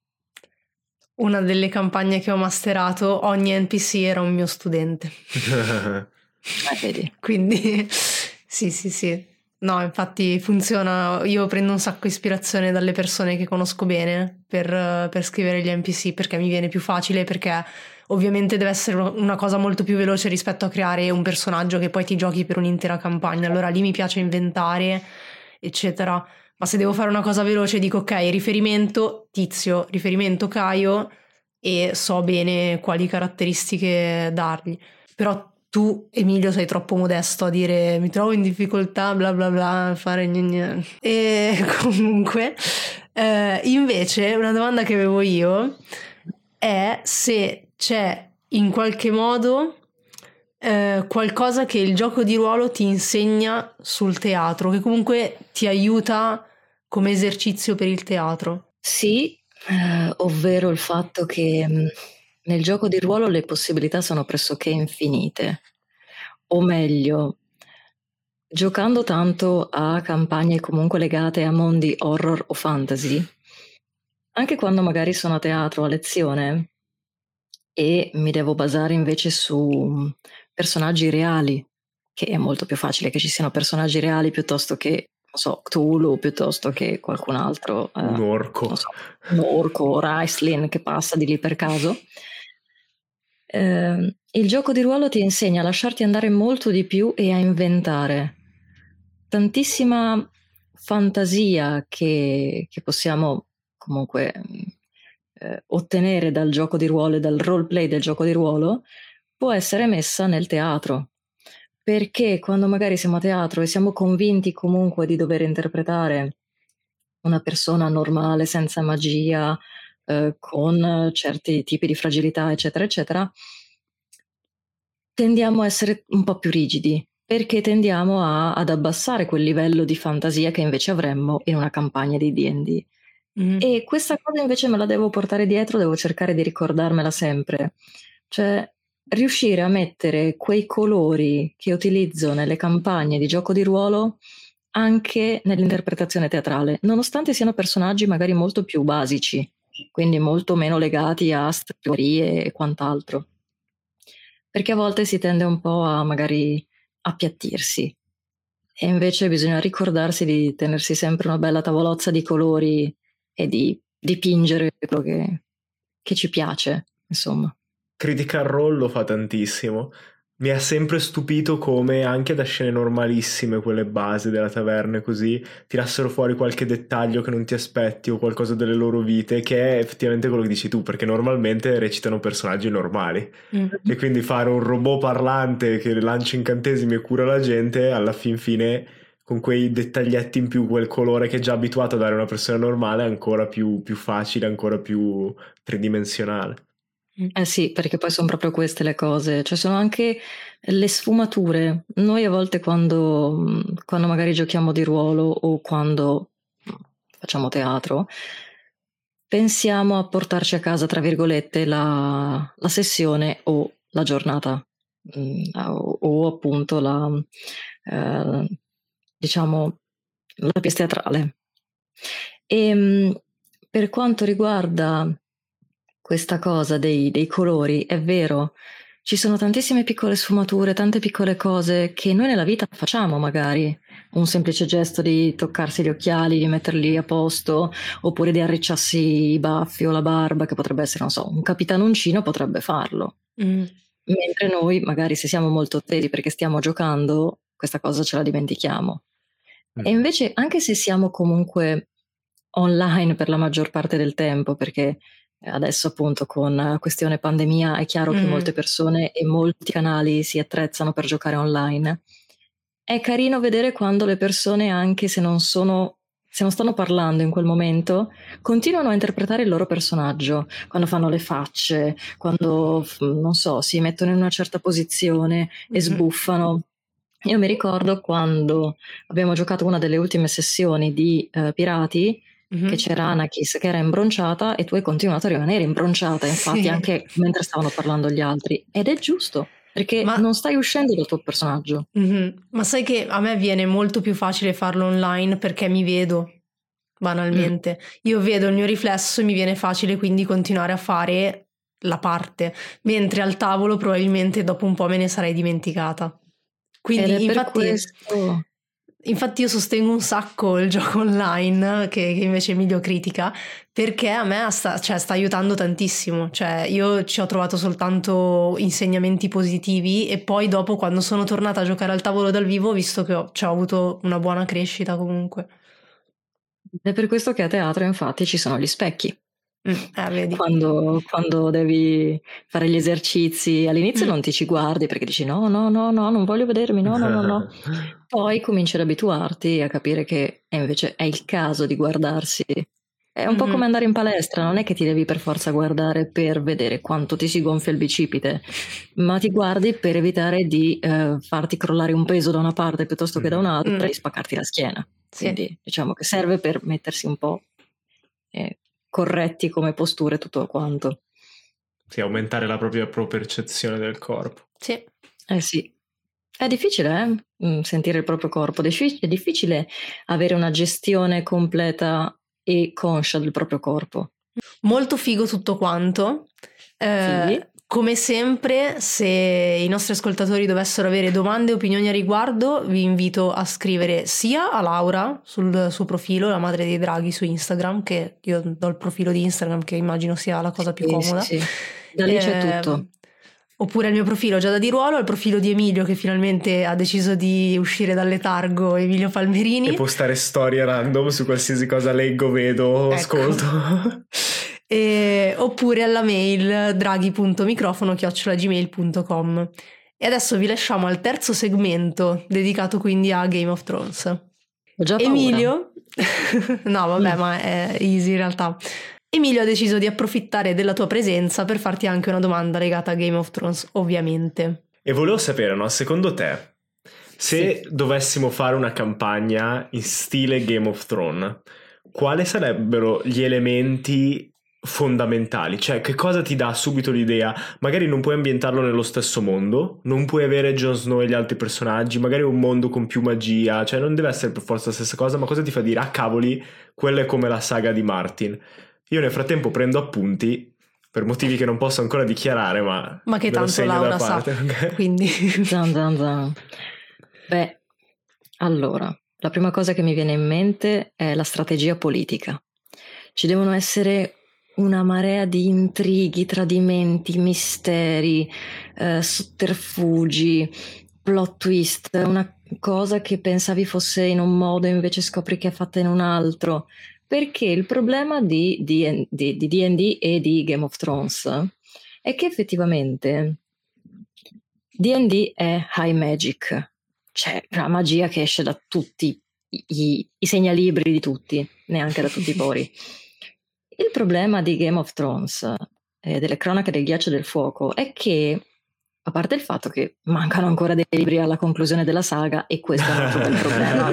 Una delle campagne che ho masterato, ogni N P C era un mio studente. eh, vedi. Quindi sì, sì, sì. No, infatti funziona. Io prendo un sacco ispirazione dalle persone che conosco bene per, per scrivere gli N P C, perché mi viene più facile, perché ovviamente deve essere una cosa molto più veloce rispetto a creare un personaggio che poi ti giochi per un'intera campagna. Allora lì mi piace inventare, eccetera. Ma se devo fare una cosa veloce dico ok, riferimento Tizio, riferimento Caio, e so bene quali caratteristiche dargli. Però tu, Emilio, sei troppo modesto a dire mi trovo in difficoltà, bla bla bla, fare gne gne. E comunque, eh, invece, una domanda che avevo io è se c'è in qualche modo eh, qualcosa che il gioco di ruolo ti insegna sul teatro, che comunque ti aiuta come esercizio per il teatro. Sì, eh, ovvero il fatto che mh, nel gioco di ruolo le possibilità sono pressoché infinite, o meglio, giocando tanto a campagne comunque legate a mondi horror o fantasy, anche quando magari sono a teatro a lezione e mi devo basare invece su personaggi reali, che è molto più facile che ci siano personaggi reali piuttosto che, non so, Cthulhu, piuttosto che qualcun altro, eh, un orco, non so, un orco o Raistlin che passa di lì per caso. Eh, il gioco di ruolo ti insegna a lasciarti andare molto di più e a inventare tantissima fantasia che, che possiamo comunque eh, ottenere dal gioco di ruolo e dal roleplay del gioco di ruolo può essere messa nel teatro, perché quando magari siamo a teatro e siamo convinti comunque di dover interpretare una persona normale, senza magia, eh, con certi tipi di fragilità, eccetera, eccetera, tendiamo a essere un po' più rigidi, perché tendiamo a, ad abbassare quel livello di fantasia che invece avremmo in una campagna di D and D. Mm. E questa cosa invece me la devo portare dietro, devo cercare di ricordarmela sempre. Cioè, riuscire a mettere quei colori che utilizzo nelle campagne di gioco di ruolo anche nell'interpretazione teatrale, nonostante siano personaggi magari molto più basici, quindi molto meno legati a storie e quant'altro. Perché a volte si tende un po' a magari appiattirsi e invece bisogna ricordarsi di tenersi sempre una bella tavolozza di colori e di dipingere quello che, che ci piace, insomma. Critical Role lo fa tantissimo. Mi ha sempre stupito come anche da scene normalissime, quelle base della taverna e così, tirassero fuori qualche dettaglio che non ti aspetti o qualcosa delle loro vite, che è effettivamente quello che dici tu, perché normalmente recitano personaggi normali. Mm. E quindi fare un robot parlante che lancia incantesimi e cura la gente, alla fin fine, con quei dettaglietti in più, quel colore che è già abituato a dare una persona normale, è ancora più, più facile, ancora più tridimensionale. Eh sì, perché poi sono proprio queste le cose, cioè sono anche le sfumature. Noi a volte quando, quando magari giochiamo di ruolo o quando facciamo teatro, pensiamo a portarci a casa, tra virgolette, la, la sessione o la giornata, o, o appunto la, eh, diciamo, la pièce teatrale. E per quanto riguarda questa cosa dei, dei colori, è vero, ci sono tantissime piccole sfumature, tante piccole cose che noi nella vita facciamo magari, un semplice gesto di toccarsi gli occhiali, di metterli a posto, oppure di arricciarsi i baffi o la barba, che potrebbe essere, non so, un capitanoncino potrebbe farlo. Mm. Mentre noi magari se siamo molto tesi perché stiamo giocando, questa cosa ce la dimentichiamo. Mm. E invece anche se siamo comunque online per la maggior parte del tempo, perché adesso appunto con questione pandemia è chiaro mm. che molte persone e molti canali si attrezzano per giocare online. È carino vedere quando le persone, anche se non sono, se non stanno parlando in quel momento, continuano a interpretare il loro personaggio, quando fanno le facce, quando, non so, si mettono in una certa posizione e mm. sbuffano. Io mi ricordo quando abbiamo giocato una delle ultime sessioni di uh, Pirati, Mm-hmm. che c'era Anakis che era imbronciata e tu hai continuato a rimanere imbronciata, infatti, sì. Anche mentre stavano parlando gli altri, ed è giusto perché ma... non stai uscendo dal tuo personaggio. Mm-hmm. Ma sai che a me viene molto più facile farlo online perché mi vedo, banalmente mm. io vedo il mio riflesso e mi viene facile quindi continuare a fare la parte, mentre al tavolo probabilmente dopo un po' me ne sarei dimenticata, quindi ed è infatti per questo... Infatti io sostengo un sacco il gioco online che, che invece Emilio critica, perché a me sta, cioè, sta aiutando tantissimo. Cioè io ci ho trovato soltanto insegnamenti positivi e poi dopo, quando sono tornata a giocare al tavolo dal vivo, ho visto che ho, cioè, ho avuto una buona crescita comunque. È per questo che a teatro infatti ci sono gli specchi. Mm, eh, vedi. Quando, quando devi fare gli esercizi all'inizio mm. non ti ci guardi perché dici no, no, no, no, non voglio vedermi, no, no, no, no. Poi cominci ad abituarti a capire che invece è il caso di guardarsi. È un mm-hmm. po' come andare in palestra, non è che ti devi per forza guardare per vedere quanto ti si gonfia il bicipite, ma ti guardi per evitare di eh, farti crollare un peso da una parte piuttosto che da un'altra mm. e spaccarti la schiena. Sì. Quindi diciamo che serve per mettersi un po' eh, corretti come posture, tutto quanto. Sì, aumentare la propria percezione del corpo. Sì. Eh sì. È difficile eh? sentire il proprio corpo, è difficile avere una gestione completa e conscia del proprio corpo. Molto figo tutto quanto. Eh, sì. Come sempre, se i nostri ascoltatori dovessero avere domande e opinioni a riguardo, vi invito a scrivere sia a Laura sul suo profilo, la madre dei draghi, su Instagram, che io do il profilo di Instagram, che immagino sia la cosa più sì, comoda. Sì, sì. Da lì eh, c'è tutto. Oppure al mio profilo Giada Di Ruolo, al profilo di Emilio, che finalmente ha deciso di uscire dal letargo, Emilio Palmerini. E postare storie random su qualsiasi cosa leggo, vedo, ecco. ascolto. E, oppure alla mail draghi punto microfono chiocciola gmail punto com. E adesso vi lasciamo al terzo segmento, dedicato quindi a Game of Thrones. Ho già Emilio no vabbè mm. ma è easy in realtà. Emilio ha deciso di approfittare della tua presenza per farti anche una domanda legata a Game of Thrones, ovviamente. E volevo sapere, no, secondo te, se sì. dovessimo fare una campagna in stile Game of Thrones, quali sarebbero gli elementi fondamentali? Cioè, che cosa ti dà subito l'idea? Magari non puoi ambientarlo nello stesso mondo, non puoi avere Jon Snow e gli altri personaggi, magari un mondo con più magia, cioè non deve essere per forza la stessa cosa, ma cosa ti fa dire, ah cavoli, quella è come la saga di Martin. Io nel frattempo prendo appunti per motivi che non posso ancora dichiarare, ma ma che tanto Laura sa, quindi zan, zan, zan. Beh, allora la prima cosa che mi viene in mente è la strategia politica. Ci devono essere una marea di intrighi, tradimenti, misteri, eh, sotterfugi, plot twist, una cosa che pensavi fosse in un modo e invece scopri che è fatta in un altro. Perché il problema di D and D, di D and D e di Game of Thrones è che effettivamente D and D è high magic, cioè la magia che esce da tutti i, i, i segnalibri di tutti, neanche da tutti i pori. Il problema di Game of Thrones e eh, delle cronache del ghiaccio e del fuoco è che, a parte il fatto che mancano ancora dei libri alla conclusione della saga, e questo è un altro bel problema,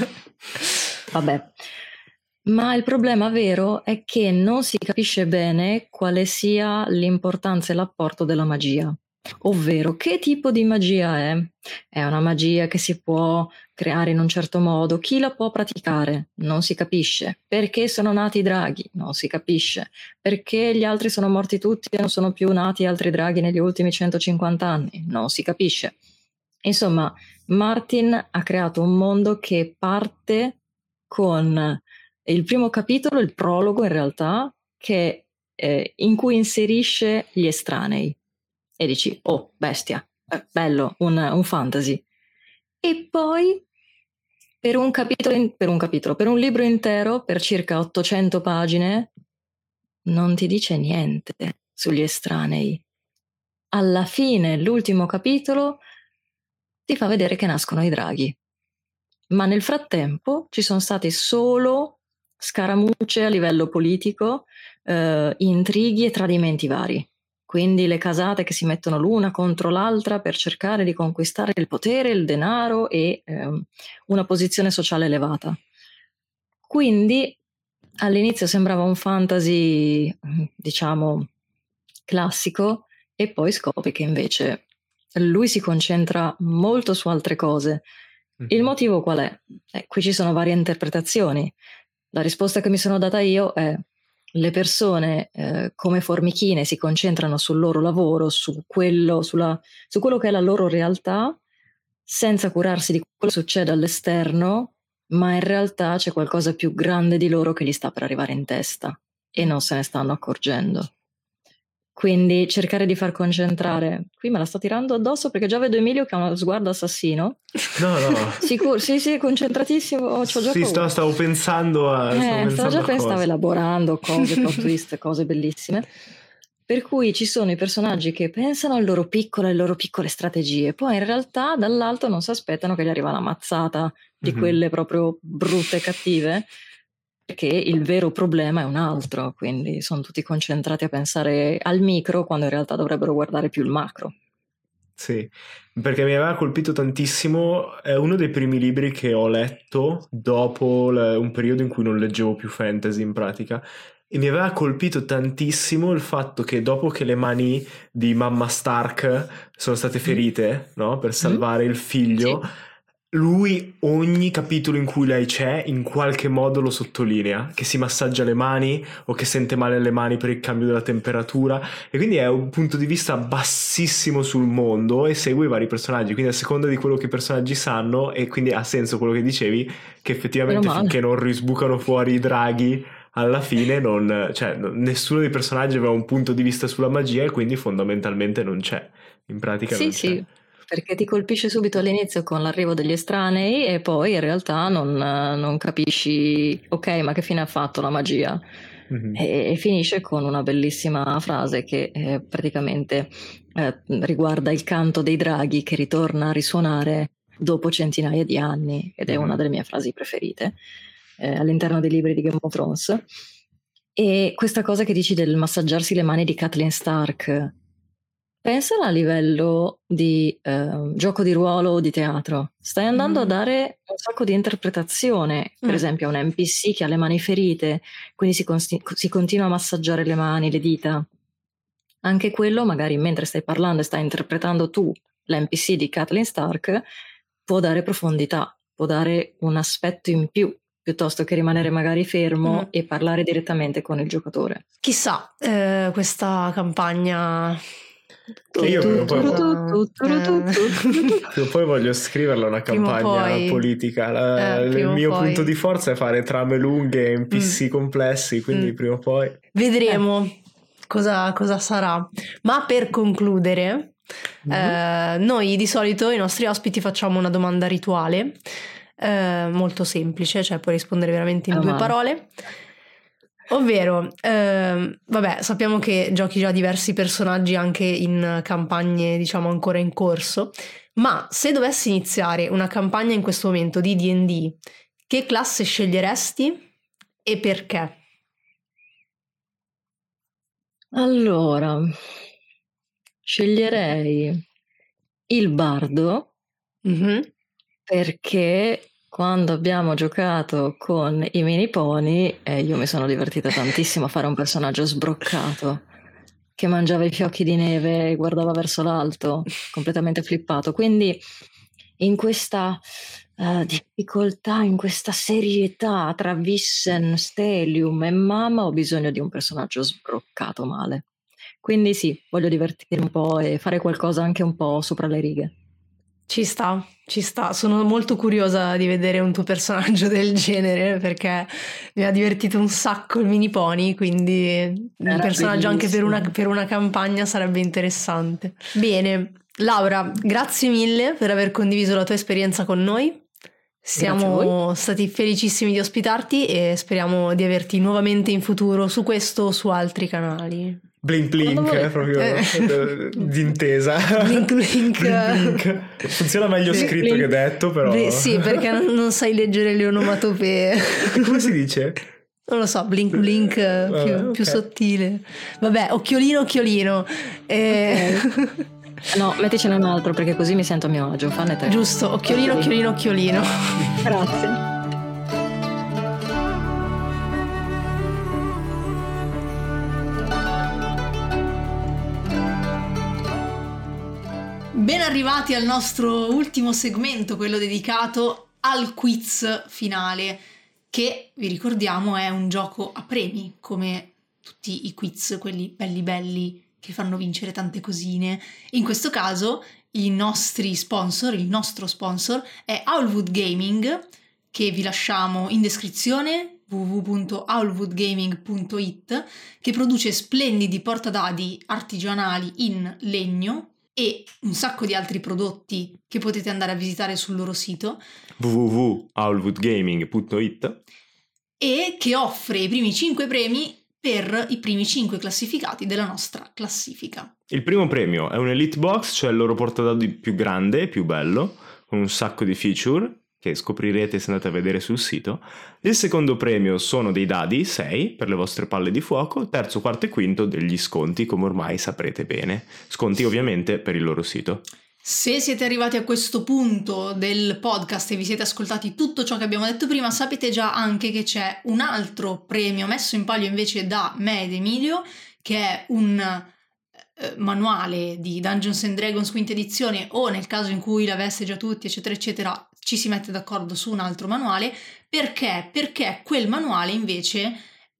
vabbè, ma il problema vero è che non si capisce bene quale sia l'importanza e l'apporto della magia. Ovvero, che tipo di magia è? È una magia che si può creare in un certo modo? Chi la può praticare? Non si capisce. Perché sono nati i draghi? Non si capisce. Perché gli altri sono morti tutti e non sono più nati altri draghi negli ultimi centocinquanta anni? Non si capisce. Insomma, Martin ha creato un mondo che parte con il primo capitolo, il prologo in realtà, che, eh, in cui inserisce gli estranei. E dici, oh, bestia, bello, un, un fantasy. E poi, per un capitolo, in, per un capitolo, per un libro intero, per circa ottocento pagine, non ti dice niente sugli estranei. Alla fine, l'ultimo capitolo, ti fa vedere che nascono i draghi. Ma nel frattempo ci sono state solo scaramucce a livello politico, eh, intrighi e tradimenti vari. Quindi le casate che si mettono l'una contro l'altra per cercare di conquistare il potere, il denaro e eh, una posizione sociale elevata. Quindi all'inizio sembrava un fantasy, diciamo, classico, e poi scopri che invece lui si concentra molto su altre cose. Il motivo qual è? Eh, qui ci sono varie interpretazioni. La risposta che mi sono data io è: le persone eh, come formichine si concentrano sul loro lavoro, su quello, sulla, su quello che è la loro realtà, senza curarsi di quello che succede all'esterno, ma in realtà c'è qualcosa più grande di loro che gli sta per arrivare in testa e non se ne stanno accorgendo. Quindi cercare di far concentrare. Qui me la sto tirando addosso perché già vedo Emilio che ha uno sguardo assassino. No, no. Sicuro, sì, sì, concentratissimo. C'ho già sì, stavo, stavo pensando a. Eh, stavo, stavo pensando già a cose. stavo elaborando cose, plot twist, cose bellissime. Per cui ci sono i personaggi che pensano alle loro piccole, alle loro piccole strategie, poi in realtà dall'alto non si aspettano che gli arriva la mazzata di Mhm. quelle proprio brutte e cattive, perché il vero problema è un altro, quindi sono tutti concentrati a pensare al micro quando in realtà dovrebbero guardare più il macro. Sì, perché mi aveva colpito tantissimo, è uno dei primi libri che ho letto dopo l- un periodo in cui non leggevo più fantasy in pratica, e mi aveva colpito tantissimo il fatto che dopo che le mani di mamma Stark sono state ferite, no, per salvare il figlio, lui ogni capitolo in cui lei c'è in qualche modo lo sottolinea, che si massaggia le mani o che sente male le mani per il cambio della temperatura, e quindi è un punto di vista bassissimo sul mondo e segue i vari personaggi, quindi a seconda di quello che i personaggi sanno, e quindi ha senso quello che dicevi, che effettivamente Meno male. finché non risbucano fuori i draghi alla fine non, cioè, non- nessuno dei personaggi aveva un punto di vista sulla magia e quindi fondamentalmente non c'è, in pratica Sì, non sì, c'è. perché ti colpisce subito all'inizio con l'arrivo degli estranei e poi in realtà non, non capisci, ok, ma che fine ha fatto la magia? Mhm. E, e finisce con una bellissima frase che eh, praticamente eh, riguarda il canto dei draghi che ritorna a risuonare dopo centinaia di anni, ed è Mhm. una delle mie frasi preferite eh, all'interno dei libri di Game of Thrones. E questa cosa che dici del massaggiarsi le mani di Catelyn Stark, pensala a livello di eh, gioco di ruolo o di teatro. Stai andando Mm. a dare un sacco di interpretazione, per Mm. esempio a un N P C che ha le mani ferite, quindi si, consti- si continua a massaggiare le mani, le dita. Anche quello, magari mentre stai parlando e stai interpretando tu l'N P C di Catelyn Stark, può dare profondità, può dare un aspetto in più, piuttosto che rimanere magari fermo Mm. e parlare direttamente con il giocatore. Chissà, eh, questa campagna. Che io prima o poi, Eh, prima o poi voglio scriverla una Prima o campagna poi. politica. La- Eh, il prima o mio poi. punto di forza è fare trame lunghe, N P C complessi, quindi Mm. prima o poi. Vedremo cosa, cosa sarà. Ma per concludere, eh, noi di solito ai nostri ospiti facciamo una domanda rituale, eh, molto semplice, cioè puoi rispondere veramente in Ah, due ma- parole. Ovvero, ehm, vabbè, sappiamo che giochi già diversi personaggi anche in campagne, diciamo, ancora in corso, ma se dovessi iniziare una campagna in questo momento di D and D, che classe sceglieresti e perché? Allora, sceglierei il bardo Mhm. perché quando abbiamo giocato con i mini pony eh, io mi sono divertita tantissimo a fare un personaggio sbroccato che mangiava i fiocchi di neve e guardava verso l'alto, completamente flippato. Quindi in questa eh, difficoltà, in questa serietà tra Vissen, Stelium e Mama ho bisogno di un personaggio sbroccato male. Quindi sì, voglio divertirmi un po' e fare qualcosa anche un po' sopra le righe. Ci sta, ci sta. Sono molto curiosa di vedere un tuo personaggio del genere perché mi ha divertito un sacco il mini pony, quindi un Era personaggio anche per una, bellissimo. per una campagna sarebbe interessante. Bene, Laura, grazie mille per aver condiviso la tua esperienza con noi. Grazie a Siamo stati felicissimi di ospitarti e speriamo di averti nuovamente in futuro su questo o su altri canali. Blink blink, Quando eh, volete. proprio Eh. eh, d'intesa. Blink blink. Blink blink. Funziona meglio Blink scritto blink. che detto, però. Beh, sì, perché non, non sai leggere le onomatopee. Come si dice? Non lo so, blink blink eh, più, Vabbè, ok. più sottile. Vabbè, occhiolino, occhiolino. Eh, No, metticene un altro perché così mi sento a mio agio. Fanne te. Giusto, occhiolino, occhiolino, occhiolino. Grazie. Ben arrivati al nostro ultimo segmento, quello dedicato al quiz finale, che vi ricordiamo è un gioco a premi, come tutti i quiz, quelli belli belli che fanno vincere tante cosine. In questo caso i nostri sponsor, il nostro sponsor è Owlwood Gaming, che vi lasciamo in descrizione, w w w punto owlwood gaming punto i t, che produce splendidi portadadi artigianali in legno e un sacco di altri prodotti che potete andare a visitare sul loro sito w w w punto owlwood gaming punto i t, e che offre i primi cinque premi per i primi cinque classificati della nostra classifica. Il primo premio è un Elite Box, cioè il loro portadadi più grande e più bello, con un sacco di feature che scoprirete se andate a vedere sul sito. Il secondo premio sono dei dadi, sei, per le vostre palle di fuoco. Terzo, quarto e quinto degli sconti, come ormai saprete bene. Sconti ovviamente per il loro sito. Se siete arrivati a questo punto del podcast e vi siete ascoltati tutto ciò che abbiamo detto prima, sapete già anche che c'è un altro premio messo in palio invece da me ed Emilio, che è un eh, manuale di Dungeons and Dragons quinta edizione, o nel caso in cui l'aveste già tutti, eccetera, eccetera, ci si mette d'accordo su un altro manuale. Perché? Perché quel manuale invece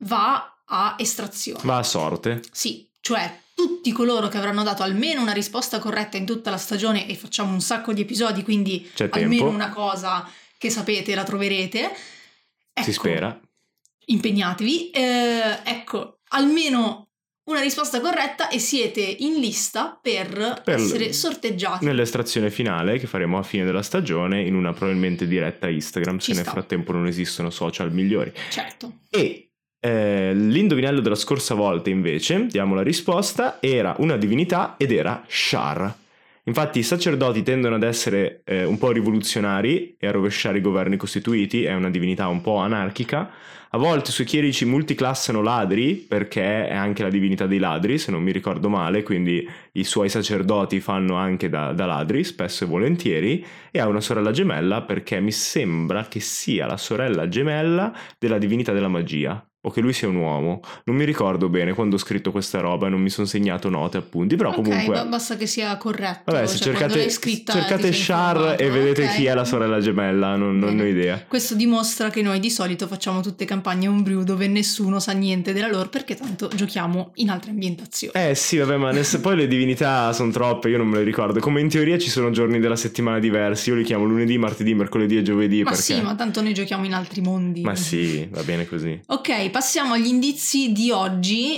va a estrazione. Va a sorte. Sì, cioè tutti coloro che avranno dato almeno una risposta corretta in tutta la stagione, e facciamo un sacco di episodi, quindi C'è almeno tempo. una cosa che sapete la troverete. Ecco, Si spera. Impegnatevi. Eh, ecco, almeno una risposta corretta e siete in lista per, Per essere l- sorteggiati. Nell'estrazione finale che faremo a fine della stagione in una probabilmente diretta Instagram, Ci se nel sta. frattempo non esistono social migliori. Certo. E eh, l'indovinello della scorsa volta invece, diamo la risposta, era una divinità ed era Shar. Infatti i sacerdoti tendono ad essere eh, un po' rivoluzionari e a rovesciare i governi costituiti, è una divinità un po' anarchica. A volte i suoi chierici multiclassano ladri, perché è anche la divinità dei ladri, se non mi ricordo male, quindi i suoi sacerdoti fanno anche da, da ladri, spesso e volentieri, e ha una sorella gemella perché mi sembra che sia la sorella gemella della divinità della magia, o che lui sia un uomo. Non mi ricordo bene quando ho scritto questa roba, non mi sono segnato note, appunti, però Ok, comunque... ba- basta che sia corretto. Vabbè, se cioè, quando l'hai cercate, scritta cercate ti sei Shar informato. e vedete Ok. chi è la sorella gemella, non, non Bene. ho idea. Questo dimostra che noi di solito facciamo tutte campagne homebrew dove nessuno sa niente della lore, perché tanto giochiamo in altre ambientazioni. Eh sì, vabbè, ma nel- poi le divinità sono troppe, io non me le ricordo. Come in teoria ci sono giorni della settimana diversi, io li chiamo lunedì, martedì, mercoledì e giovedì. ma perché... sì, ma tanto noi giochiamo in altri mondi. Ma sì, va bene così. Ok, passiamo agli indizi di oggi.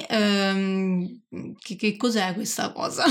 Ehm, che, che cos'è questa cosa?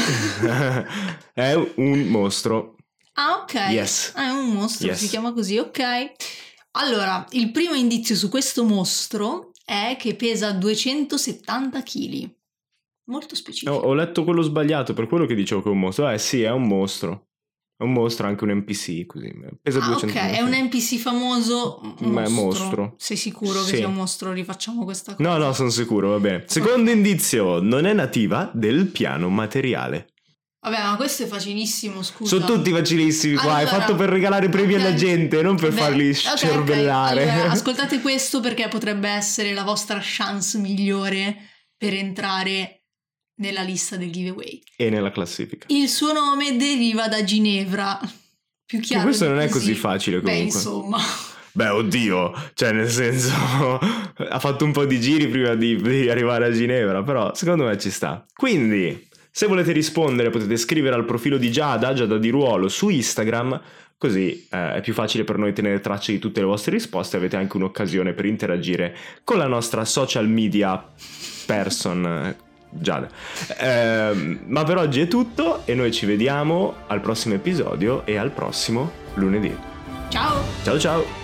È un mostro. Ah, ok. Yes. Ah, è un mostro, Yes. si chiama così, ok. Allora, il primo indizio su questo mostro è che pesa duecentosettanta chili. Molto Ho, specifico. ho letto quello sbagliato, per quello che dicevo che è un mostro. Eh sì, è un mostro. È un mostro, anche un N P C, così. Pesa Ah, duecento. ok, è un N P C famoso, un Ma è mostro. mostro. Sei sicuro che Sì. sia un mostro? Rifacciamo questa cosa. No, no, sono sicuro, va bene. Secondo indizio, non è nativa del piano materiale. Vabbè, ma questo è facilissimo, scusa. Sono tutti facilissimi qua, è Allora, fatto per regalare premi ok. alla gente, non per Beh, farli ok, ok. scervellare. Allora, ascoltate questo perché potrebbe essere la vostra chance migliore per entrare nella lista del giveaway. E nella classifica. Il suo nome deriva da Ginevra. Più Che chiaro questo di non è così. così facile Beh, comunque. insomma. Beh, oddio, cioè nel senso ha fatto un po' di giri prima di, di arrivare a Ginevra, però secondo me ci sta. Quindi, se volete rispondere potete scrivere al profilo di Giada, Giada di Ruolo, su Instagram, così eh, è più facile per noi tenere traccia di tutte le vostre risposte, avete anche un'occasione per interagire con la nostra social media person, eh, Giada. Eh, ma per oggi è tutto e noi ci vediamo al prossimo episodio e al prossimo lunedì. Ciao! Ciao ciao!